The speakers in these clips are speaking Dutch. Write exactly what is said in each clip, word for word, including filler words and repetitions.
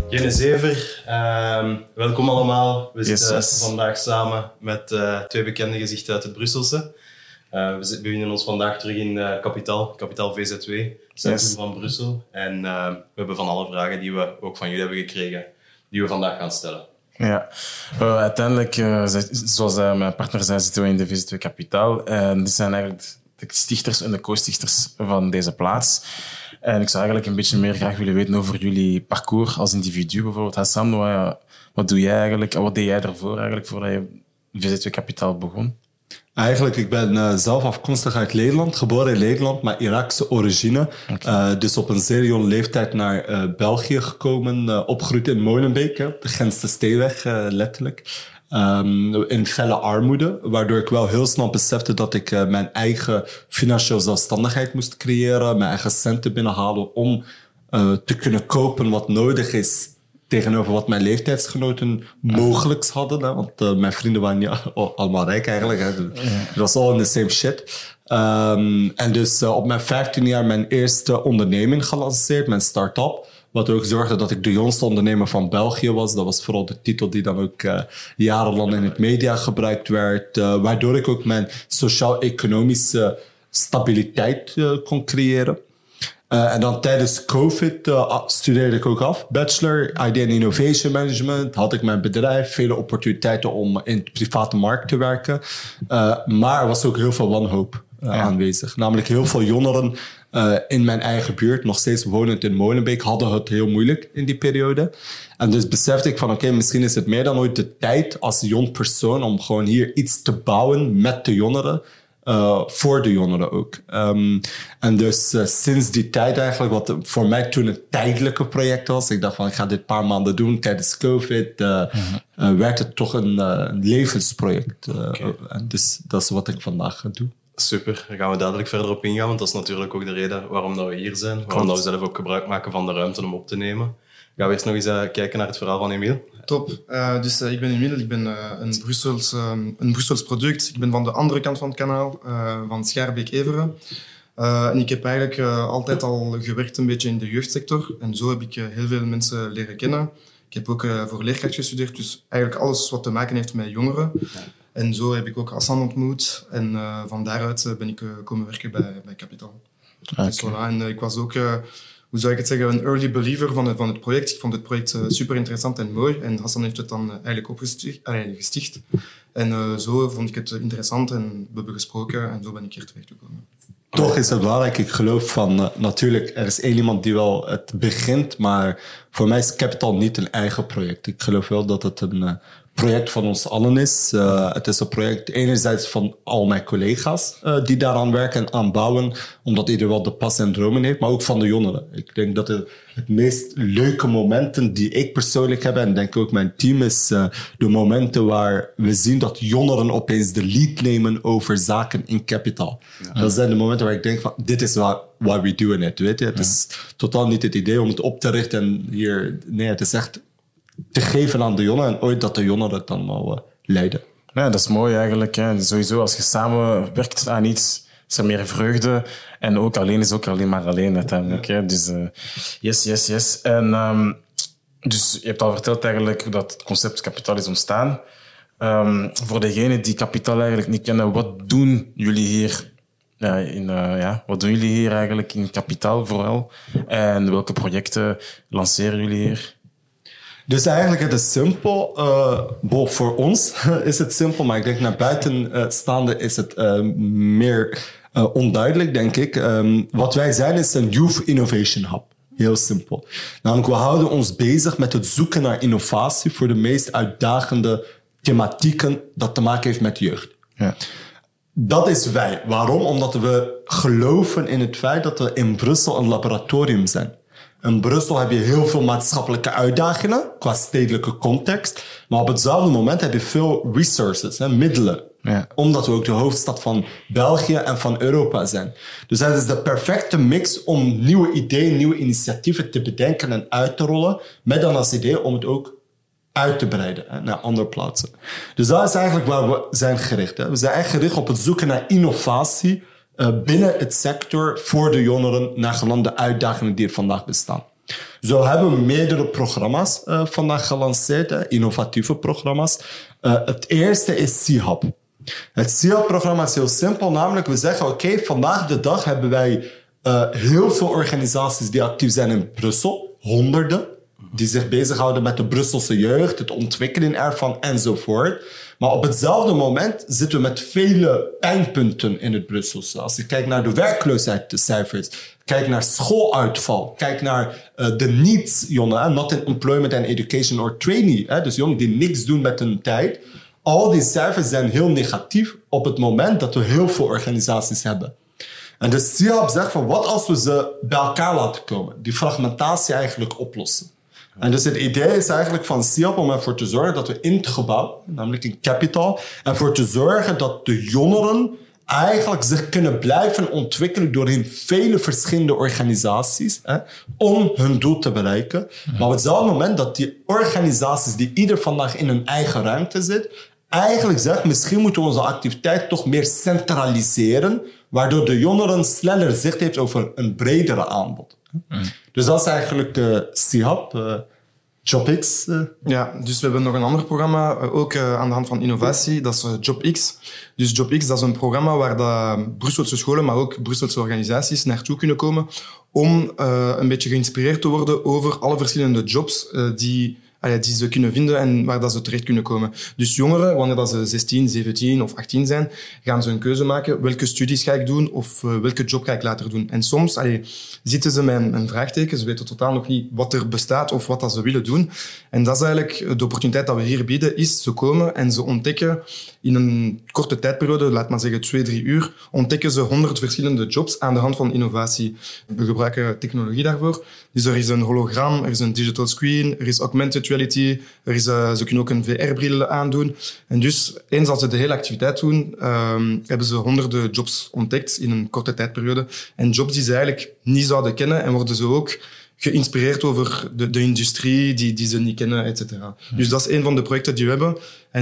Genezever, uh, welkom allemaal. We Yes, zitten yes. vandaag samen met uh, twee bekende gezichten uit het Brusselse. Uh, we bevinden ons vandaag terug in uh, Kapitaal, Kapitaal V Z W, centrum Yes. van Brussel. En uh, we hebben van alle vragen die we ook van jullie hebben gekregen, die we vandaag gaan stellen. Ja, uh, uiteindelijk, uh, zoals uh, mijn partner zei, zitten we in de V Z W Kapitaal. En die zijn eigenlijk de stichters en de co-stichters van deze plaats. En ik zou eigenlijk een beetje meer graag willen weten over jullie parcours als individu. Bijvoorbeeld, Hassan, wat, wat doe jij eigenlijk? Wat deed jij ervoor eigenlijk, voordat je V Z W Kapitaal begon? Eigenlijk, ik ben uh, zelf afkomstig uit Nederland, geboren in Nederland, maar Iraakse origine. Okay. Uh, dus op een zeer jonge leeftijd naar uh, België gekomen, uh, opgegroeid in Molenbeek, hè, op de Gentse Steenweg, uh, letterlijk. Um, in felle armoede, waardoor ik wel heel snel besefte dat ik uh, mijn eigen financiële zelfstandigheid moest creëren, mijn eigen centen binnenhalen om uh, te kunnen kopen wat nodig is tegenover wat mijn leeftijdsgenoten mogelijk hadden. Hè? Want uh, mijn vrienden waren niet allemaal rijk eigenlijk. Hè? Dat was all in the same shit. Um, en dus uh, op mijn vijftien jaar mijn eerste onderneming gelanceerd, mijn start-up. Wat ook zorgde dat ik de jongste ondernemer van België was. Dat was vooral de titel die dan ook uh, jarenlang in het media gebruikt werd. Uh, waardoor ik ook mijn sociaal-economische stabiliteit uh, kon creëren. Uh, en dan tijdens COVID uh, studeerde ik ook af. Bachelor, I D and Innovation Management. Had ik mijn bedrijf, vele opportuniteiten om in de private markt te werken. Uh, maar er was ook heel veel wanhoop uh, ja. aanwezig. Namelijk heel veel jongeren uh, in mijn eigen buurt, nog steeds wonend in Molenbeek, hadden het heel moeilijk in die periode. En dus besefte ik van oké, okay, misschien is het meer dan ooit de tijd als jong persoon om gewoon hier iets te bouwen met de jongeren. Uh, voor de jongeren ook. Um, en dus uh, sinds die tijd eigenlijk, wat voor mij toen een tijdelijke project was. Ik dacht van, ik ga dit een paar maanden doen tijdens COVID. Uh, mm-hmm. uh, werd het toch een, uh, een levensproject. Uh, okay. En dus dat is wat ik vandaag ga doen. Super, daar gaan we dadelijk verder op ingaan. Want dat is natuurlijk ook de reden waarom dat we hier zijn. Waarom dat we zelf ook gebruik maken van de ruimte om op te nemen. Gaan we eerst nog eens uh, kijken naar het verhaal van Emiel. Top. Uh, dus uh, ik ben Emiel, ik ben uh, een, Brussels, uh, een Brussels product. Ik ben van de andere kant van het kanaal, uh, van Schaerbeek-Everen. Uh, en ik heb eigenlijk uh, altijd al gewerkt een beetje in de jeugdsector. En zo heb ik uh, heel veel mensen leren kennen. Ik heb ook uh, voor leerkracht gestudeerd, dus eigenlijk alles wat te maken heeft met jongeren. Ja. En zo heb ik ook Hassan ontmoet. En uh, van daaruit uh, ben ik uh, komen werken bij, bij Kapitaal. Okay. Dus voilà. En uh, ik was ook... Uh, hoe zou ik het zeggen, een early believer van het, van het project. Ik vond het project uh, super interessant en mooi. En Hassan heeft het dan uh, eigenlijk opgesticht. Uh, gesticht. En uh, zo vond ik het interessant en we hebben gesproken en zo ben ik hier terecht gekomen. Toch is het belangrijk. Ik geloof van, uh, natuurlijk, er is één iemand die wel het begint, maar voor mij is Kapitaal niet een eigen project. Ik geloof wel dat het een uh, project van ons allen is. Uh, het is een project enerzijds van al mijn collega's uh, die daaraan werken en aan bouwen, omdat ieder wel de pas en dromen heeft, maar ook van de jongeren. Ik denk dat het, het meest leuke momenten die ik persoonlijk heb, en denk ook mijn team, is uh, de momenten waar we zien dat jongeren opeens de lead nemen over zaken in Kapitaal. Ja. Dat zijn de momenten waar ik denk van, dit is waar why we doing it, weet je. Het ja. is totaal niet het idee om het op te richten en hier, nee, het is echt te geven aan de jongeren en ooit dat de jongeren het dan wel uh, leiden. Ja, dat is mooi eigenlijk. Hè. Sowieso, als je samen werkt aan iets, is er meer vreugde. En ook alleen is ook alleen maar alleen uiteindelijk. Hè. Dus uh, yes, yes, yes. En um, dus je hebt al verteld eigenlijk hoe dat het concept kapitaal is ontstaan. Um, voor degenen die kapitaal eigenlijk niet kennen, wat doen jullie hier? Ja, in, uh, ja, wat doen jullie hier eigenlijk in kapitaal vooral? En welke projecten lanceren jullie hier? Dus eigenlijk het is simpel. Uh, bo, voor ons is het simpel, maar ik denk naar buiten uh, staande is het uh, meer uh, onduidelijk, denk ik. Um, wat wij zijn is een Youth Innovation Hub. Heel simpel. Namelijk, we houden ons bezig met het zoeken naar innovatie voor de meest uitdagende thematieken dat te maken heeft met jeugd. Ja. Dat is wij. Waarom? Omdat we geloven in het feit dat we in Brussel een laboratorium zijn. In Brussel heb je heel veel maatschappelijke uitdagingen qua stedelijke context. Maar op hetzelfde moment heb je veel resources, hè, middelen. Ja. Omdat we ook de hoofdstad van België en van Europa zijn. Dus dat is de perfecte mix om nieuwe ideeën, nieuwe initiatieven te bedenken en uit te rollen. Met dan als idee om het ook uit te breiden, hè, naar andere plaatsen. Dus dat is eigenlijk waar we zijn gericht. Hè. We zijn echt gericht op het zoeken naar innovatie uh, binnen het sector voor de jongeren naar gelang de uitdagingen die er vandaag bestaan. Zo hebben we meerdere programma's uh, vandaag gelanceerd, hè, innovatieve programma's. Uh, het eerste is C-Hub. Het C-Hub-programma is heel simpel, namelijk we zeggen, oké, okay, vandaag de dag hebben wij uh, heel veel organisaties die actief zijn in Brussel, honderden, die zich bezighouden met de Brusselse jeugd, het ontwikkelen ervan enzovoort. Maar op hetzelfde moment zitten we met vele pijnpunten in het Brusselse. Als je kijkt naar de werkloosheidscijfers, kijk naar schooluitval, kijk naar uh, de needs, jongen, not in employment and education or trainee. Hè, dus jongen die niks doen met hun tijd. Al die cijfers zijn heel negatief op het moment dat we heel veel organisaties hebben. En dus C-Hub zegt van wat als we ze bij elkaar laten komen, die fragmentatie eigenlijk oplossen. En dus het idee is eigenlijk van C-Hub om ervoor te zorgen dat we in het gebouw, namelijk in Capital, ervoor te zorgen dat de jongeren eigenlijk zich kunnen blijven ontwikkelen doorheen vele verschillende organisaties, hè, om hun doel te bereiken. Maar op hetzelfde moment dat die organisaties die ieder vandaag in hun eigen ruimte zit, eigenlijk zegt, misschien moeten we onze activiteit toch meer centraliseren, waardoor de jongeren sneller zicht heeft over een bredere aanbod. Mm. Dus dat is eigenlijk uh, C-Hub, uh, JobX. Uh. Ja, dus we hebben nog een ander programma, uh, ook uh, aan de hand van innovatie, dat is uh, JobX. Dus JobX, dat is een programma waar de Brusselse scholen, maar ook Brusselse organisaties naartoe kunnen komen om uh, een beetje geïnspireerd te worden over alle verschillende jobs uh, die... die ze kunnen vinden en waar dat ze terecht kunnen komen. Dus jongeren, wanneer dat ze zestien, zeventien of achttien zijn, gaan ze een keuze maken. Welke studies ga ik doen of uh, welke job ga ik later doen? En soms allee, zitten ze met een, een vraagteken. Ze weten totaal nog niet wat er bestaat of wat dat ze willen doen. En dat is eigenlijk de opportuniteit dat we hier bieden, is ze komen en ze ontdekken in een korte tijdperiode, laat maar zeggen twee, drie uur, ontdekken ze honderd verschillende jobs aan de hand van innovatie. We gebruiken technologie daarvoor. Dus er is een hologram, er is een digital screen, er is augmented reality, er is, uh, ze kunnen ook een V R-bril aandoen. En dus, eens als ze de hele activiteit doen, um, hebben ze honderden jobs ontdekt in een korte tijdperiode. En jobs die ze eigenlijk niet zouden kennen en worden ze ook geïnspireerd over de, de industrie die, die ze niet kennen, et cetera. Ja. Dus dat is een van de projecten die we hebben.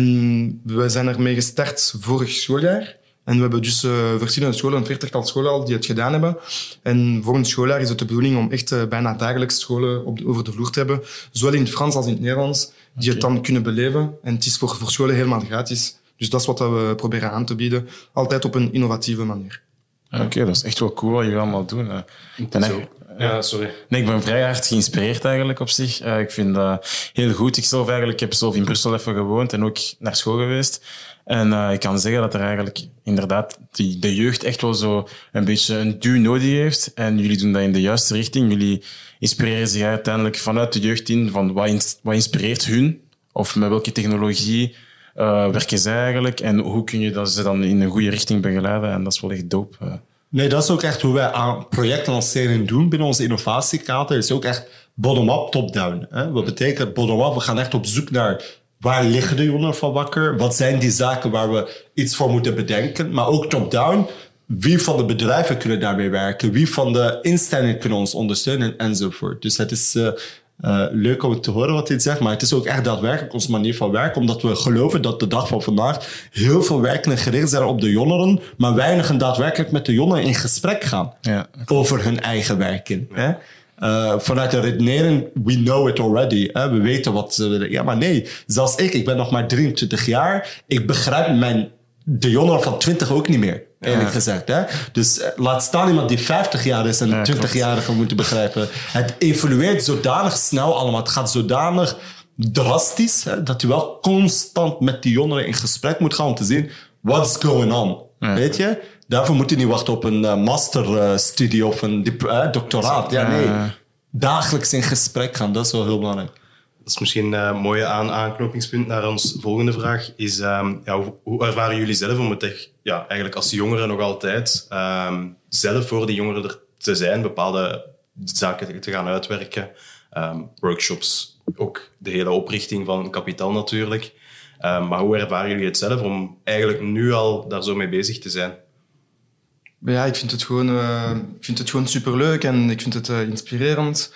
En we zijn ermee gestart vorig schooljaar. En we hebben dus uh, verschillende scholen, een veertigtal scholen al, die het gedaan hebben. En volgend schooljaar is het de bedoeling om echt uh, bijna dagelijks scholen op de, over de vloer te hebben. Zowel in het Frans als in het Nederlands, die okay. het dan kunnen beleven. En het is voor, voor scholen helemaal gratis. Dus dat is wat we proberen aan te bieden. Altijd op een innovatieve manier. Oké, okay, dat is echt wel cool wat jullie allemaal doen. Uh, en echt, ja, sorry. Nee, ik ben vrij hard geïnspireerd eigenlijk op zich. Uh, ik vind dat heel goed. Ik zelf eigenlijk, ik heb zelf in Brussel even gewoond en ook naar school geweest. En uh, ik kan zeggen dat er eigenlijk inderdaad die, de jeugd echt wel zo een beetje een duw nodig heeft. En jullie doen dat in de juiste richting. Jullie inspireren zich uiteindelijk vanuit de jeugd in van wat, ins- wat inspireert hun? Of met welke technologie uh, werken zij eigenlijk? En hoe kun je dat ze dan in een goede richting begeleiden? En dat is wel echt dope. Uh. Nee, dat is ook echt hoe wij aan projectlancering doen binnen onze innovatiekader. Het is ook echt bottom-up, top-down. Hè? Wat betekent bottom-up? We gaan echt op zoek naar waar liggen de jongeren van wakker? Wat zijn die zaken waar we iets voor moeten bedenken? Maar ook top-down. Wie van de bedrijven kunnen daarmee werken? Wie van de instellingen kunnen ons ondersteunen? Enzovoort. Dus het is uh, uh, leuk om te horen wat dit zegt. Maar het is ook echt daadwerkelijk onze manier van werken. Omdat we geloven dat de dag van vandaag heel veel werken gericht zijn op de jongeren. Maar weinigen daadwerkelijk met de jongeren in gesprek gaan. Ja. Over hun eigen werken. Ja. Hè? Uh, vanuit de redenering, we know it already. Hè? We weten wat ze willen. Ja, maar nee, zelfs ik, ik ben nog maar drieëntwintig jaar. Ik begrijp mijn, de jongeren van twintig ook niet meer, eerlijk ja. gezegd. Hè? Dus uh, laat staan iemand die vijftig jaar is en een ja, twintigjarige moeten begrijpen. Het evolueert zodanig snel allemaal. Het gaat zodanig drastisch, hè, dat je wel constant met die jongeren in gesprek moet gaan om te zien what's going on. Ja. Weet je? Daarvoor moet je niet wachten op een uh, masterstudie uh, of een dip- uh, doctoraat. Ja, nee. Dagelijks in gesprek gaan, dat is wel heel belangrijk. Dat is misschien een mooie aan- aanknopingspunt naar ons volgende vraag. Is, um, ja, hoe, hoe ervaren jullie zelf om het echt, ja, eigenlijk als jongeren nog altijd um, zelf voor die jongeren er te zijn, bepaalde zaken te gaan uitwerken, um, workshops, ook de hele oprichting van Kapitaal natuurlijk. Um, maar hoe ervaren jullie het zelf om eigenlijk nu al daar zo mee bezig te zijn? Ja, ik vind het gewoon, uh, ik vind het gewoon superleuk en ik vind het uh, inspirerend.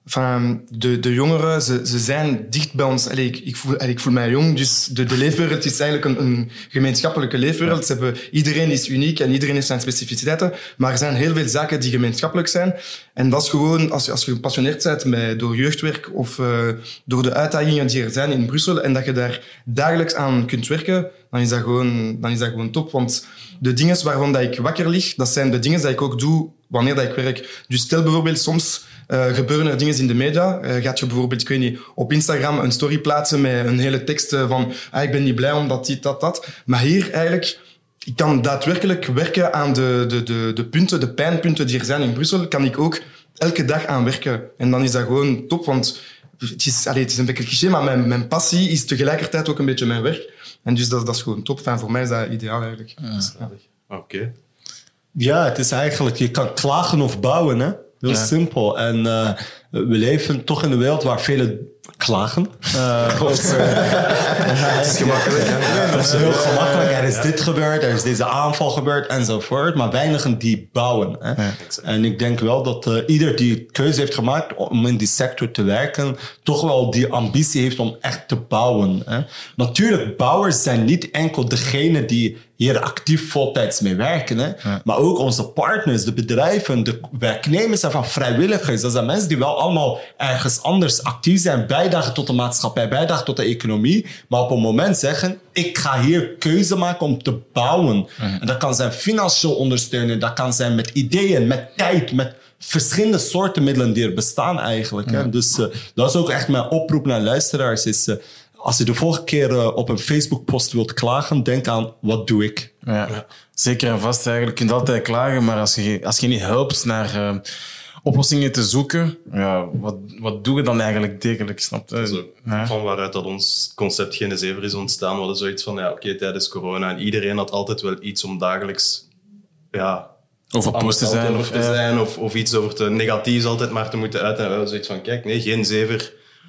Enfin, de, de jongeren, ze, ze zijn dicht bij ons. Allee, ik, ik, voel, allee, ik voel mij jong, dus de, de leefwereld is eigenlijk een, een gemeenschappelijke leefwereld. Ze hebben, iedereen is uniek en iedereen heeft zijn specificiteiten, maar er zijn heel veel zaken die gemeenschappelijk zijn. En dat is gewoon, als je, als je gepassioneerd bent met, door jeugdwerk of uh, door de uitdagingen die er zijn in Brussel en dat je daar dagelijks aan kunt werken, dan is dat gewoon, dan is dat gewoon top. Want de dingen waarvan dat ik wakker lig, dat zijn de dingen die ik ook doe wanneer dat ik werk. Dus stel bijvoorbeeld soms uh, gebeuren er dingen in de media. Uh, gaat je bijvoorbeeld, ik weet niet, op Instagram een story plaatsen met een hele tekst van ah, ik ben niet blij omdat dit, dat, dat. Maar hier eigenlijk, ik kan daadwerkelijk werken aan de, de, de, de punten, de pijnpunten die er zijn in Brussel, kan ik ook elke dag aan werken. En dan is dat gewoon top, want het is, allez, het is een beetje cliché, maar mijn, mijn passie is tegelijkertijd ook een beetje mijn werk. En dus dat, dat is gewoon top. Enfin, voor mij is dat ideaal eigenlijk. Ja. Dus, ja. Oké. Okay. Ja, het is eigenlijk, je kan klagen of bouwen, hè? Heel ja. simpel. En uh, we leven toch in een wereld waar velen klagen. Uh, of, uh, het is gemakkelijk. Hè? Het is heel gemakkelijk. Er is ja. dit gebeurd, er is deze aanval gebeurd, enzovoort. Maar weinigen die bouwen. Hè? Ja. En ik denk wel dat uh, ieder die keuze heeft gemaakt om in die sector te werken, toch wel die ambitie heeft om echt te bouwen. Hè? Natuurlijk, bouwers zijn niet enkel degene die hier actief voltijds mee werken. Hè? Ja. Maar ook onze partners, de bedrijven, de werknemers zijn van vrijwilligers. Dat zijn mensen die wel allemaal ergens anders actief zijn, bijdragen tot de maatschappij, bijdragen tot de economie, maar op een moment zeggen, ik ga hier keuze maken om te bouwen. Ja. En dat kan zijn financieel ondersteunen, dat kan zijn met ideeën, met tijd, met verschillende soorten middelen die er bestaan eigenlijk. Ja. Hè? Dus uh, dat is ook echt mijn oproep naar luisteraars, is uh, als je de volgende keer uh, op een Facebook-post wilt klagen, denk aan, wat doe ik? Ja, ja. Zeker en vast eigenlijk. Je kunt altijd klagen, maar als je, als je niet helpt naar uh, oplossingen te zoeken, ja, wat, wat doe je dan eigenlijk degelijk? Snap je? Zo, ja. Van waaruit dat ons concept Genezever is ontstaan, we hadden zoiets van, ja, oké, okay, tijdens corona, en iedereen had altijd wel iets om dagelijks ja, over post te zijn, of, te zijn of, of iets over te negatief altijd maar te moeten uiten. En we hadden zoiets van, kijk, nee, geen zever.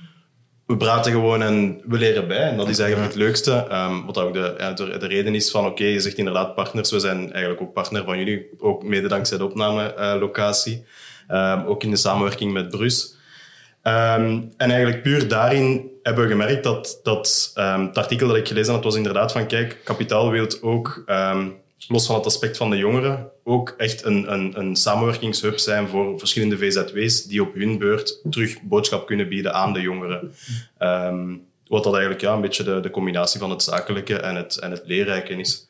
We praten gewoon en we leren bij. En dat is eigenlijk het leukste. Um, wat ook de, ja, de, de reden is van, oké, okay, je zegt inderdaad partners. We zijn eigenlijk ook partner van jullie. Ook mede dankzij de opnamelocatie. Uh, um, ook in de samenwerking met Brus. Um, en eigenlijk puur daarin hebben we gemerkt dat, dat um, het artikel dat ik gelezen had, was inderdaad van, kijk, kapitaal wil ook, um, los van het aspect van de jongeren, ook echt een, een, een samenwerkingshub zijn voor verschillende V Z W's die op hun beurt terug boodschap kunnen bieden aan de jongeren. Um, wat dat eigenlijk ja, een beetje de, de combinatie van het zakelijke en het, en het leerrijke is.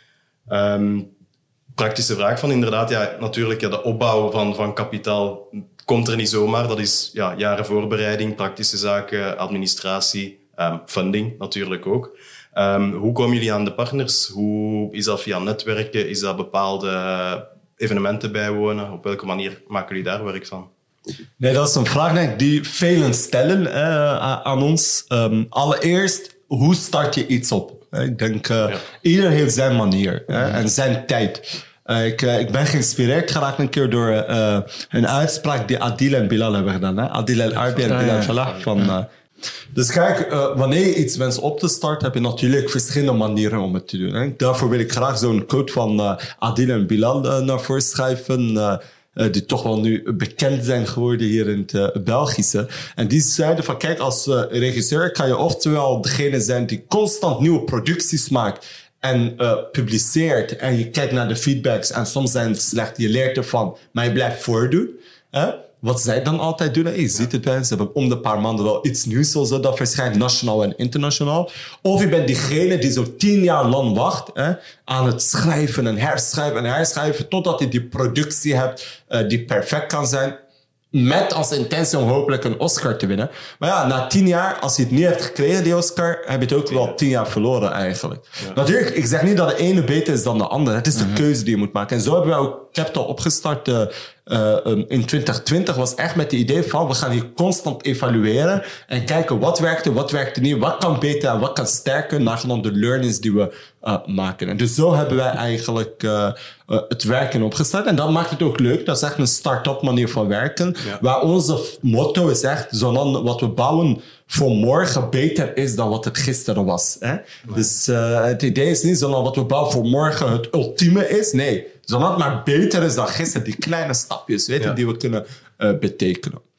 Um, praktische vraag van inderdaad, ja, natuurlijk ja, de opbouw van, van kapitaal komt er niet zomaar. Dat is ja, jaren voorbereiding, praktische zaken, administratie, um, funding natuurlijk ook. Um, hoe komen jullie aan de partners? Hoe is dat via netwerken? Is dat bepaalde evenementen bijwonen? Op welke manier maken jullie daar werk van? Nee, dat is een vraag denk ik, die velen stellen eh, aan ons. Um, allereerst, hoe start je iets op? Ik denk, uh, ja. ieder heeft zijn manier hè, en zijn tijd. Uh, ik, uh, ik ben geïnspireerd geraakt een keer door uh, een uitspraak die Adil en Bilal hebben gedaan. Hè? Adil El-Arbi en Bilal Falah van... Uh, Dus kijk, uh, wanneer je iets wenst op te starten, heb je natuurlijk verschillende manieren om het te doen. Hè? Daarvoor wil ik graag zo'n quote van uh, Adil en Bilal uh, naar voren schrijven, uh, uh, die toch wel nu bekend zijn geworden hier in het uh, Belgische. En die zeiden van, kijk, als uh, regisseur kan je oftewel degene zijn die constant nieuwe producties maakt en uh, publiceert en je kijkt naar de feedbacks en soms zijn het slecht, je leert ervan, maar je blijft voordoen. Hè? Wat zij dan altijd doen, je ziet het bij hen, ze hebben om de paar maanden wel iets nieuws zo dat verschijnt, nationaal en internationaal. Of je bent diegene die zo tien jaar lang wacht hè, aan het schrijven en herschrijven en herschrijven, totdat je die productie hebt uh, die perfect kan zijn. Met als intentie om hopelijk een Oscar te winnen. Maar ja, na tien jaar, als je het niet hebt gekregen, die Oscar, heb je het ook wel tien jaar verloren eigenlijk. Ja. Natuurlijk, ik zeg niet dat de ene beter is dan de andere. Het is de mm-hmm. keuze die je moet maken. En zo hebben we ook Capital opgestart uh, uh, um, in twintig twintig. Was echt met het idee van, we gaan hier constant evalueren en kijken wat werkte, wat werkte niet, wat kan beter en wat kan sterker, nagelang de learnings die we uh, maken. En dus zo hebben wij eigenlijk uh, uh, het werken opgestart. En dat maakt het ook leuk. Dat is echt een start-up manier van werken. Ja. Waar onze motto is echt, zolang wat we bouwen voor morgen beter is dan wat het gisteren was. Hè? Nee. Dus uh, het idee is niet zolang wat we bouwen voor morgen het ultieme is. Nee, zolang het maar beter is dan gisteren. Die kleine stapjes weet je, ja. die we kunnen uh, betekenen.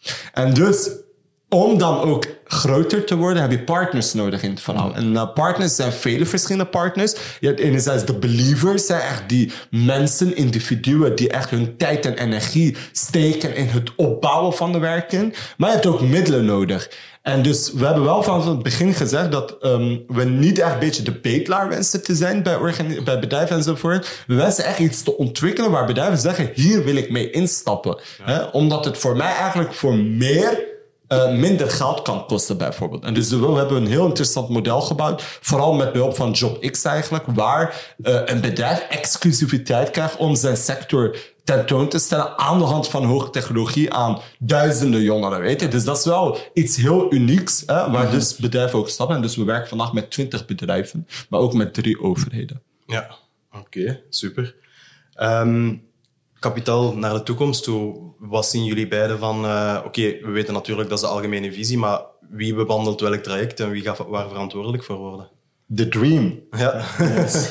En dus, om dan ook groter te worden, heb je partners nodig in het verhaal. Mm. En uh, partners zijn vele verschillende partners. Je hebt enerzijds de believers, zijn echt die mensen, individuen, die echt hun tijd en energie steken in het opbouwen van de werking. Maar je hebt ook middelen nodig. En dus we hebben wel van het begin gezegd dat um, we niet echt een beetje de bedelaar wensen te zijn bij, organi- bij bedrijven enzovoort. We wensen echt iets te ontwikkelen waar bedrijven zeggen, hier wil ik mee instappen. Ja. Hè? Omdat het voor mij eigenlijk voor meer... Uh, minder geld kan kosten bijvoorbeeld. En dus we hebben een heel interessant model gebouwd. Vooral met behulp van JobX eigenlijk. Waar uh, een bedrijf exclusiviteit krijgt om zijn sector tentoon te stellen aan de hand van hoge technologie aan duizenden jongeren. Weet je? Dus dat is wel iets heel unieks. Hè, waar mm-hmm. dus bedrijven ook stappen. En dus we werken vandaag met twintig bedrijven. Maar ook met drie overheden. Ja, oké. Okay, super. Um... Kapitaal naar de toekomst toe. Wat zien jullie beiden van... Uh, Oké, okay, we weten natuurlijk dat is de algemene visie, maar wie bewandelt welk traject en wie gaat waar verantwoordelijk voor worden? The dream. Ja. Yes.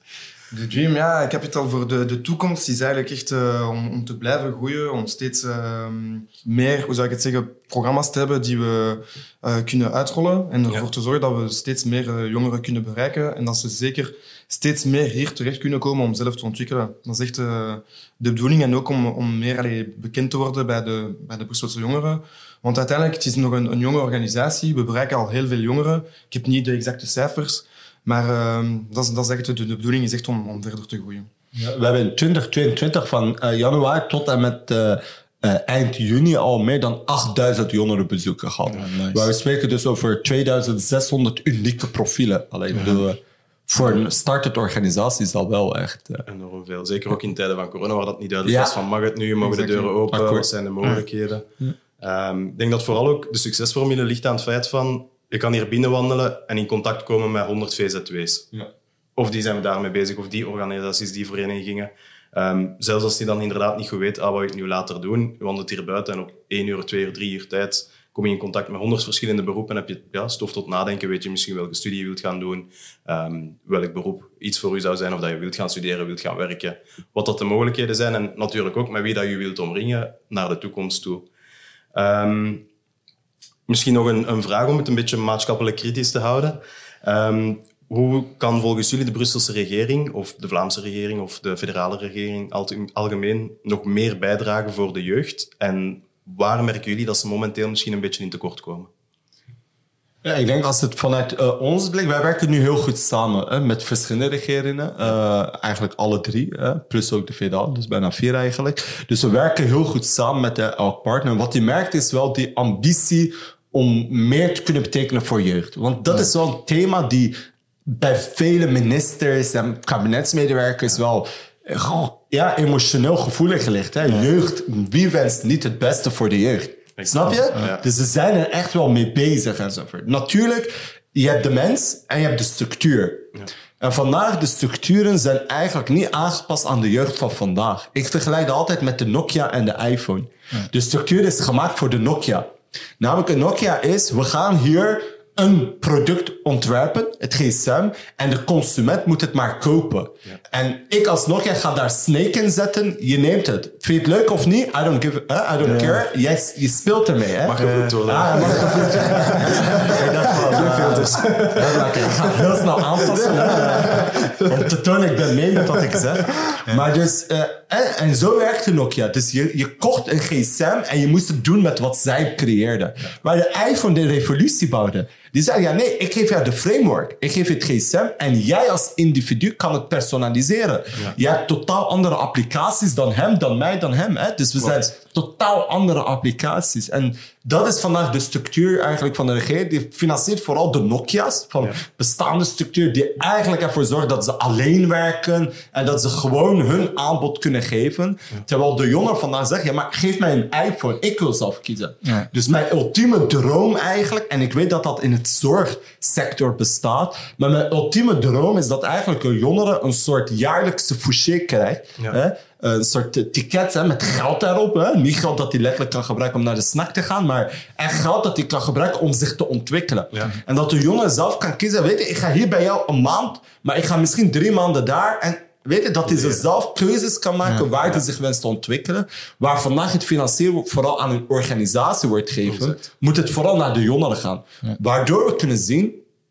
De dream, ja. Kapitaal voor de, de toekomst is eigenlijk echt uh, om, om te blijven groeien, om steeds uh, meer, hoe zou ik het zeggen, programma's te hebben die we uh, kunnen uitrollen en ervoor ja. te zorgen dat we steeds meer uh, jongeren kunnen bereiken en dat ze zeker steeds meer hier terecht kunnen komen om zelf te ontwikkelen. Dat is echt uh, de bedoeling en ook om, om meer allee, bekend te worden bij de, bij de Brusselse jongeren. Want uiteindelijk, het is nog een, een jonge organisatie. We bereiken al heel veel jongeren. Ik heb niet de exacte cijfers, maar uh, dat, is, dat is echt de, de bedoeling is echt om, om verder te groeien. Ja, we hebben in twintig tweeëntwintig van uh, januari tot en met uh, uh, eind juni al meer dan achtduizend jongerenbezoeken gehad. Ja, nice. Waar we spreken dus over tweeduizend zeshonderd unieke profielen. Alleen ja. de, voor een start-up organisatie is dat wel echt... Uh... Enorm veel. Zeker ook in tijden van corona, waar dat niet duidelijk ja. was van mag het nu, mogen exactly. de deuren open, Akkoord. Wat zijn de mogelijkheden. Ja. Um, ik denk dat vooral ook de succesformule ligt aan het feit van je kan hier binnenwandelen en in contact komen met honderd V Z W's. Ja. Of die zijn daarmee bezig, of die organisaties, die verenigingen. Um, zelfs als die dan inderdaad niet goed weet, ah, wat ik nu later doen, je wandelt hier buiten en op één uur, twee uur, drie uur tijd kom je in contact met honderd verschillende beroepen en heb je ja, stof tot nadenken, weet je misschien welke studie je wilt gaan doen, um, welk beroep iets voor u zou zijn, of dat je wilt gaan studeren, wilt gaan werken, wat dat de mogelijkheden zijn en natuurlijk ook met wie dat je wilt omringen naar de toekomst toe. Um, misschien nog een, een vraag om het een beetje maatschappelijk kritisch te houden. Um, Hoe kan volgens jullie de Brusselse regering, of de Vlaamse regering, of de federale regering algemeen nog meer bijdragen voor de jeugd? En waar merken jullie dat ze momenteel misschien een beetje in tekort komen? Ja, ik denk als het vanuit uh, ons blik... Wij werken nu heel goed samen hè, met verschillende regeringen. Uh, eigenlijk alle drie, hè, plus ook de federale, dus bijna vier eigenlijk. Dus we werken heel goed samen met uh, elk partner. En wat je merkt is wel die ambitie om meer te kunnen betekenen voor jeugd. Want dat ja. is wel een thema die... bij vele ministers en kabinetsmedewerkers wel uh, ja, emotioneel gevoelig ligt. Hè? Ja. Jeugd, wie wenst niet het beste voor de jeugd? Ik Snap je? Ja. Dus ze zijn er echt wel mee bezig enzovoort. Natuurlijk, je hebt de mens en je hebt de structuur. Ja. En vandaag, de structuren zijn eigenlijk niet aangepast aan de jeugd van vandaag. Ik vergelijk dat altijd met de Nokia en de iPhone. Ja. De structuur is gemaakt voor de Nokia. Namelijk, een Nokia is, we gaan hier... een product ontwerpen, het gsm, en de consument moet het maar kopen. Ja. En ik als Nokia ga daar Snake in zetten, je neemt het. Vind je het leuk of niet? I don't, give, uh, I don't ja. care. Jij, je speelt ermee. Hè? Mag je voet door. Ah, mag je voet Ik dacht van, geen filters. Ik ga heel snel aanpassen. Hè? Om te tonen, ik ben mee met wat ik zeg. Ja. Maar dus, uh, en, en zo werkte Nokia. Dus je, je kocht een gsm en je moest het doen met wat zij creëerden. Ja. Waar de iPhone de revolutie bouwde. Die zei, ja nee, ik geef jou de framework. Ik geef je het gsm en jij als individu kan het personaliseren. Ja. Je hebt totaal andere applicaties dan hem, dan mij, dan hem. Hè? Dus we Wat? zijn totaal andere applicaties. En dat is vandaag de structuur eigenlijk van de regering. Die financiert vooral de Nokia's van ja. bestaande structuur die eigenlijk ervoor zorgt dat ze alleen werken en dat ze gewoon hun aanbod kunnen geven. Ja. Terwijl de jongeren vandaag zeggen, ja maar geef mij een iPhone, ik wil zelf kiezen. Ja. Dus mijn ultieme droom eigenlijk, en ik weet dat dat in het zorgsector bestaat, maar mijn ultieme droom is dat eigenlijk een jongere een soort jaarlijkse fouché krijgt. Ja. Hè? Een soort ticket hè, met geld daarop. Hè? Niet geld dat hij letterlijk kan gebruiken om naar de snack te gaan, maar echt geld dat hij kan gebruiken om zich te ontwikkelen. Ja. En dat de jongen zelf kan kiezen, weet je, ik ga hier bij jou een maand, maar ik ga misschien drie maanden daar en weet je, dat hij ze zelf keuzes kan maken ja, waar hij ja. zich wenst te ontwikkelen. Waar vandaag het financieren vooral aan een organisatie wordt gegeven, exact. Moet het vooral naar de jongeren gaan. Ja. Waardoor we kunnen zien,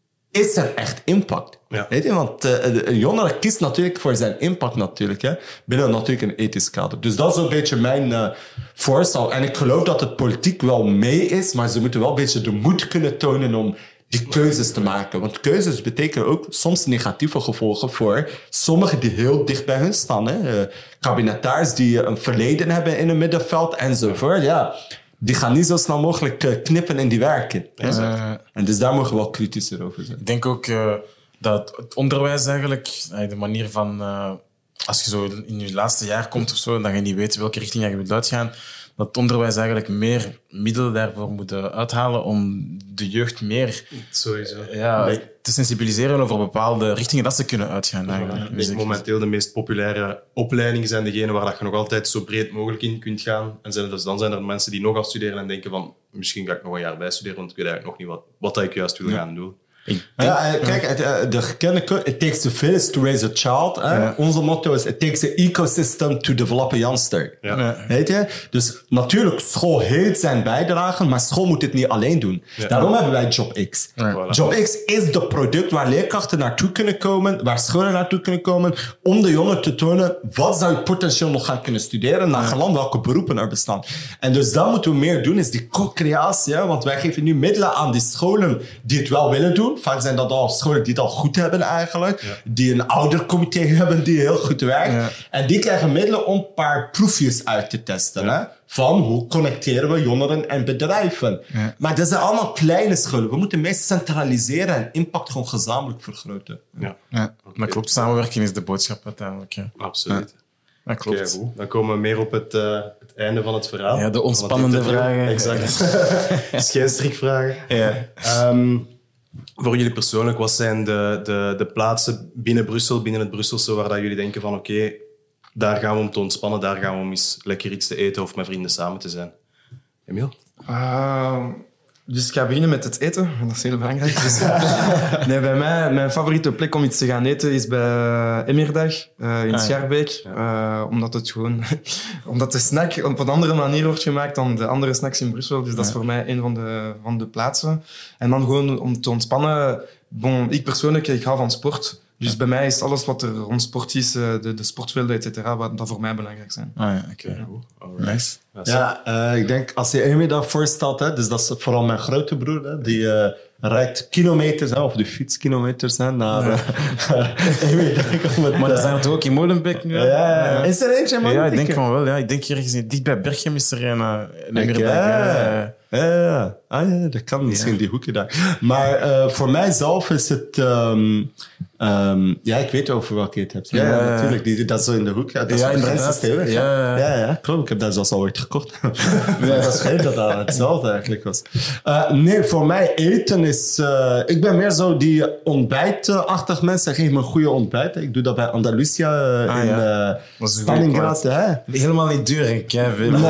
is er echt impact? Ja. Weet je, want uh, een jongere kiest natuurlijk voor zijn impact natuurlijk, hè, binnen natuurlijk een ethisch kader. Dus dat is een beetje mijn uh, voorstel. En ik geloof dat het politiek wel mee is, maar ze moeten wel een beetje de moed kunnen tonen om die keuzes te maken. Want keuzes betekenen ook soms negatieve gevolgen voor sommigen die heel dicht bij hun staan. Hè. Uh, kabinetaars die een verleden hebben in het middenveld enzovoort. Ja, die gaan niet zo snel mogelijk uh, knippen in die werken. Uh, en dus daar mogen we wel kritischer over zijn. Ik denk ook uh, dat het onderwijs eigenlijk, uh, de manier van... Uh, als je zo in je laatste jaar komt of zo, dat je niet weet welke richting je wilt uitgaan, dat het onderwijs eigenlijk meer middelen daarvoor moet uithalen om de jeugd meer Sowieso. Ja, nee. te sensibiliseren over bepaalde richtingen dat ze kunnen uitgaan. Eigenlijk. Ja, dus momenteel de meest populaire opleidingen zijn degene waar dat je nog altijd zo breed mogelijk in kunt gaan. En zijn, dus dan zijn er mensen die nog afstuderen en denken van misschien ga ik nog een jaar bijstuderen, want ik weet eigenlijk nog niet wat, wat dat ik juist wil ja. gaan doen. Ja, kijk, de gekende... It takes a village to raise a child. Ja. Onze motto is... It takes an ecosystem to develop a youngster. Ja. Weet je? Dus natuurlijk, school heeft zijn bijdrage, maar school moet het niet alleen doen. Ja. Daarom hebben wij JobX. Ja. JobX is de product waar leerkrachten naartoe kunnen komen, waar scholen naartoe kunnen komen, om de jongeren te tonen wat zou je potentieel nog gaan kunnen studeren, naar gelang welke beroepen er bestaan. En dus dat moeten we meer doen, is die co-creatie. Ja? Want wij geven nu middelen aan die scholen die het wel willen doen. Vaak zijn dat al scholen die het al goed hebben eigenlijk. Ja. Die een oudercomité hebben die heel goed werkt. Ja. En die krijgen middelen om een paar proefjes uit te testen. Ja. Hè? Van hoe connecteren we jongeren en bedrijven. Ja. Maar dat zijn allemaal kleine scholen. We moeten meest centraliseren en impact gewoon gezamenlijk vergroten. Ja, ja. Okay. Dat klopt. Samenwerking is de boodschap uiteindelijk. Ja. Absoluut. Ja. Dat klopt. Okay, dan komen we meer op het, uh, het einde van het verhaal. Ja, de ontspannende vragen. Exact. Het is geen strikvragen. Ja. Um, Voor jullie persoonlijk, wat zijn de, de, de plaatsen binnen Brussel, binnen het Brusselse, waar dat jullie denken van oké, okay, daar gaan we om te ontspannen, daar gaan we om eens lekker iets te eten of met vrienden samen te zijn? Emiel? Uh, dus ik ga beginnen met het eten, dat is heel belangrijk. Dus, nee, bij mij, mijn favoriete plek om iets te gaan eten is bij Emirdag uh, in ah, Schaerbeek. Ja. Uh, omdat het gewoon... omdat de snack op een andere manier wordt gemaakt dan de andere snacks in Brussel. Dus dat is ja. voor mij een van de, van de plaatsen. En dan gewoon om te ontspannen... Bon, ik persoonlijk, ik hou van sport. Dus ja. bij mij is alles wat er rond sport is, de, de sportvelden, et cetera, wat dat voor mij belangrijk zijn. Ah ja, oké. Okay. Ja. Nice. Ja, uh, ik denk, als je Amy dat voorstelt, hè, dus dat is vooral mijn grote broer, hè, die uh, rijdt kilometers, hè, of de fietskilometers, hè, naar... Ja. Uh, Amy, met, maar dat zijn er ook in Molenbeek nu. Ja, ja, ja. Is er eentje, man? Ja, ik denk van wel. Ja. Ik denk hier ergens dicht bij Berchem is er een... Uh, een okay. ja. Ja, ja. Ah, ja, dat kan misschien ja. die hoekje daar. Maar uh, voor mijzelf is het... Um, um, ja, ik weet over welke je het hebt. Ja, ja, ja. natuurlijk. Die, dat is zo in de hoek. Ja, dat ja, is inderdaad. Ja, ja. ja, ja, klopt. Ik heb dat zelfs al ooit gekocht. ja, dat schijnt dat dat hetzelfde eigenlijk was. Uh, nee, voor mij eten is... Uh, ik ben meer zo die ontbijtachtig mensen. Geef me een goede ontbijt. Ik doe dat bij Andalusia uh, ah, in ja. uh, Stalingrad. Helemaal niet duur, Kevin. Nee.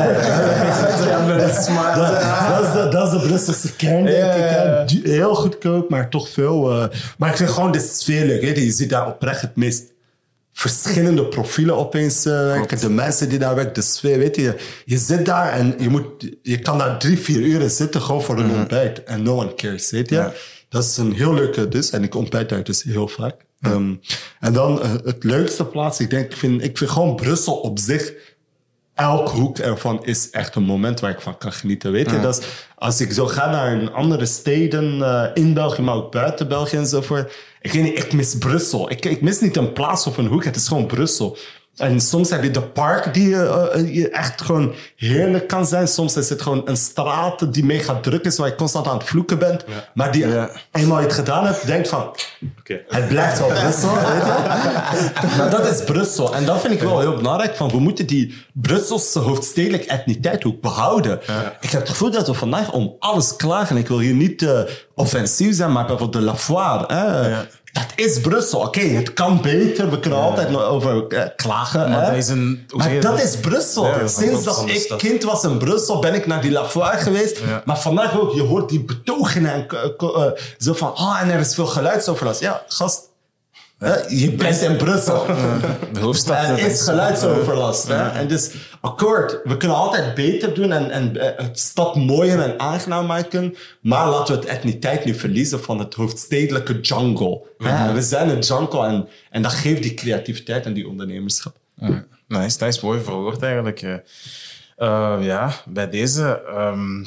dat, is de, dat is de Brusselse kern, denk ja, ik. Ja. Heel goedkoop, maar toch veel. Uh, maar ik vind gewoon de sfeer leuk. Hè? Je ziet daar oprecht het meest verschillende profielen opeens uh, werken. De mensen die daar werken, de sfeer. Weet je, je zit daar en je, moet, je kan daar drie, vier uren zitten gewoon voor een mm-hmm. ontbijt. En no one cares, weet je. Ja. Dat is een heel leuke dus. En ik ontbijt daar dus heel vaak. Mm. Um, en dan uh, het leukste plaats. Ik denk, ik vind, ik vind gewoon Brussel op zich... Elk hoek ervan is echt een moment waar ik van kan genieten. Weet je, ja. dat is, als ik zo ga naar een andere steden uh, in België, maar ook buiten België enzovoort. Ik weet niet, ik mis Brussel. Ik, ik mis niet een plaats of een hoek, het is gewoon Brussel. En soms heb je de park die uh, echt gewoon heerlijk kan zijn. Soms is het gewoon een straat die mega druk is, waar je constant aan het vloeken bent. Ja. Maar die, ja. eenmaal je het gedaan hebt, denkt van... Okay. Het blijft wel Brussel. Weet je? Maar dat is Brussel. En dat vind ik wel heel belangrijk. Van, we moeten die Brusselse hoofdstedelijke etniciteit ook behouden. Ja. Ik heb het gevoel dat we vandaag om alles klagen. Ik wil hier niet uh, offensief zijn, maar bijvoorbeeld de La Foire. Hè? Ja. Dat is Brussel. Oké, okay, het kan beter. We kunnen ja. altijd over uh, klagen. Maar, hè? Dat, is een, maar dat is Brussel. Ja, Sinds dat ik stad. kind was in Brussel, ben ik naar die La Foire geweest. Ja. Maar vandaag ook, je hoort die betogingen. En, uh, uh, zo van, ah, oh, en er is veel geluidsoverlast. Ja, gast. Je bent in Brussel. De hoofdstad. Er is geluidsoverlast. Hè? En dus, akkoord, we kunnen altijd beter doen en, en het stad mooier en aangenaam maken. Maar laten we het etniteit nu verliezen van het hoofdstedelijke jungle. Hè? We zijn een jungle en, en dat geeft die creativiteit en die ondernemerschap. Ja. Nice, dat is mooi verwoord eigenlijk. Uh, ja, bij deze... Um,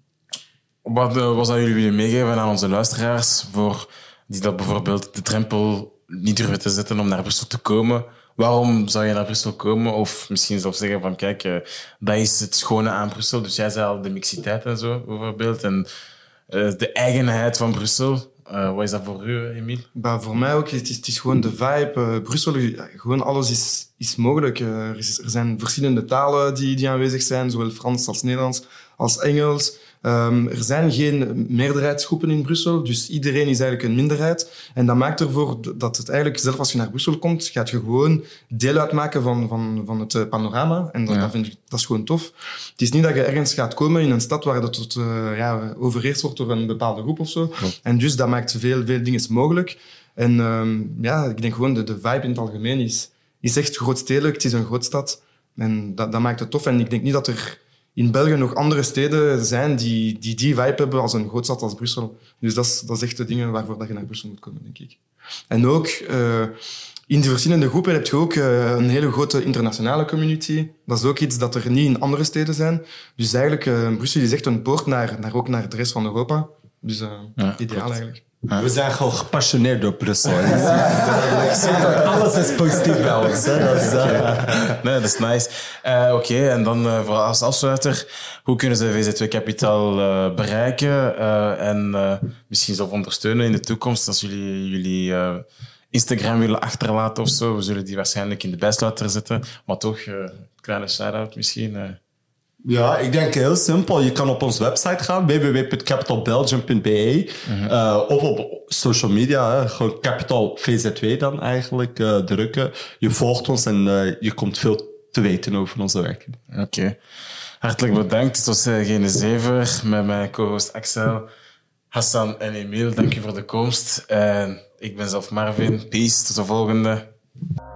wat uh, was dat jullie willen meegeven aan onze luisteraars voor die dat bijvoorbeeld de drempel niet durven te zetten om naar Brussel te komen? Waarom zou je naar Brussel komen? Of misschien zelfs zeggen van kijk, uh, dat is het schone aan Brussel. Dus jij zei al de mixiteit en zo bijvoorbeeld. En uh, de eigenheid van Brussel. Uh, wat is dat voor u, Emiel? Bah, voor mij ook. Het is, het is gewoon de vibe. Uh, Brussel, gewoon alles is, is mogelijk. Uh, er, is, er zijn verschillende talen die, die aanwezig zijn, zowel Frans als Nederlands als Engels. Um, er zijn geen meerderheidsgroepen in Brussel, dus iedereen is eigenlijk een minderheid. En dat maakt ervoor dat het eigenlijk, zelfs als je naar Brussel komt, gaat je gewoon deel uitmaken van, van, van het panorama. En dat, ja. dat, vind ik, dat is gewoon tof. Het is niet dat je ergens gaat komen in een stad waar dat tot, uh, ja, overheerst wordt door een bepaalde groep of zo. Ja. En dus dat maakt veel, veel dingen mogelijk. En um, ja, ik denk gewoon de, de vibe in het algemeen is, is echt grootstedelijk. Het is een grootstad. En dat, dat maakt het tof. En ik denk niet dat er in België nog andere steden zijn die die, die vibe hebben als een grootstad als Brussel. Dus dat is, dat is echt de dingen waarvoor dat je naar Brussel moet komen, denk ik. En ook, uh, in die verschillende groepen heb je ook uh, een hele grote internationale community. Dat is ook iets dat er niet in andere steden zijn. Dus eigenlijk, uh, Brussel is echt een poort naar, naar, ook naar de rest van Europa. Dus uh, ja, ideaal klopt. Eigenlijk. Ja. We zijn gewoon gepassioneerd door Brussel. Ja. Alles is positief bij ons. Hè? Dat is, uh... nee, dat is nice. Uh, Oké, okay, en dan uh, voor als afsluiter, hoe kunnen ze V Z twee Capital uh, bereiken uh, en uh, misschien zelf ondersteunen in de toekomst als jullie jullie uh, Instagram willen achterlaten of zo? We zullen die waarschijnlijk in de bijsluiter zetten, maar toch uh, een kleine shout-out misschien. Uh. Ja, ik denk heel simpel. Je kan op onze website gaan, w w w punt capital belgium punt b e. Mm-hmm. uh, of op social media, hè. Gewoon Capital V Z twee dan eigenlijk uh, drukken. Je volgt ons en uh, je komt veel te weten over onze werken. Oké. Okay. Hartelijk bedankt. Het was uh, Gene Zever met mijn co-host Axel, Hassan en Emiel. Dank je voor de komst. Uh, ik ben zelf Marvin. Peace. Tot de volgende.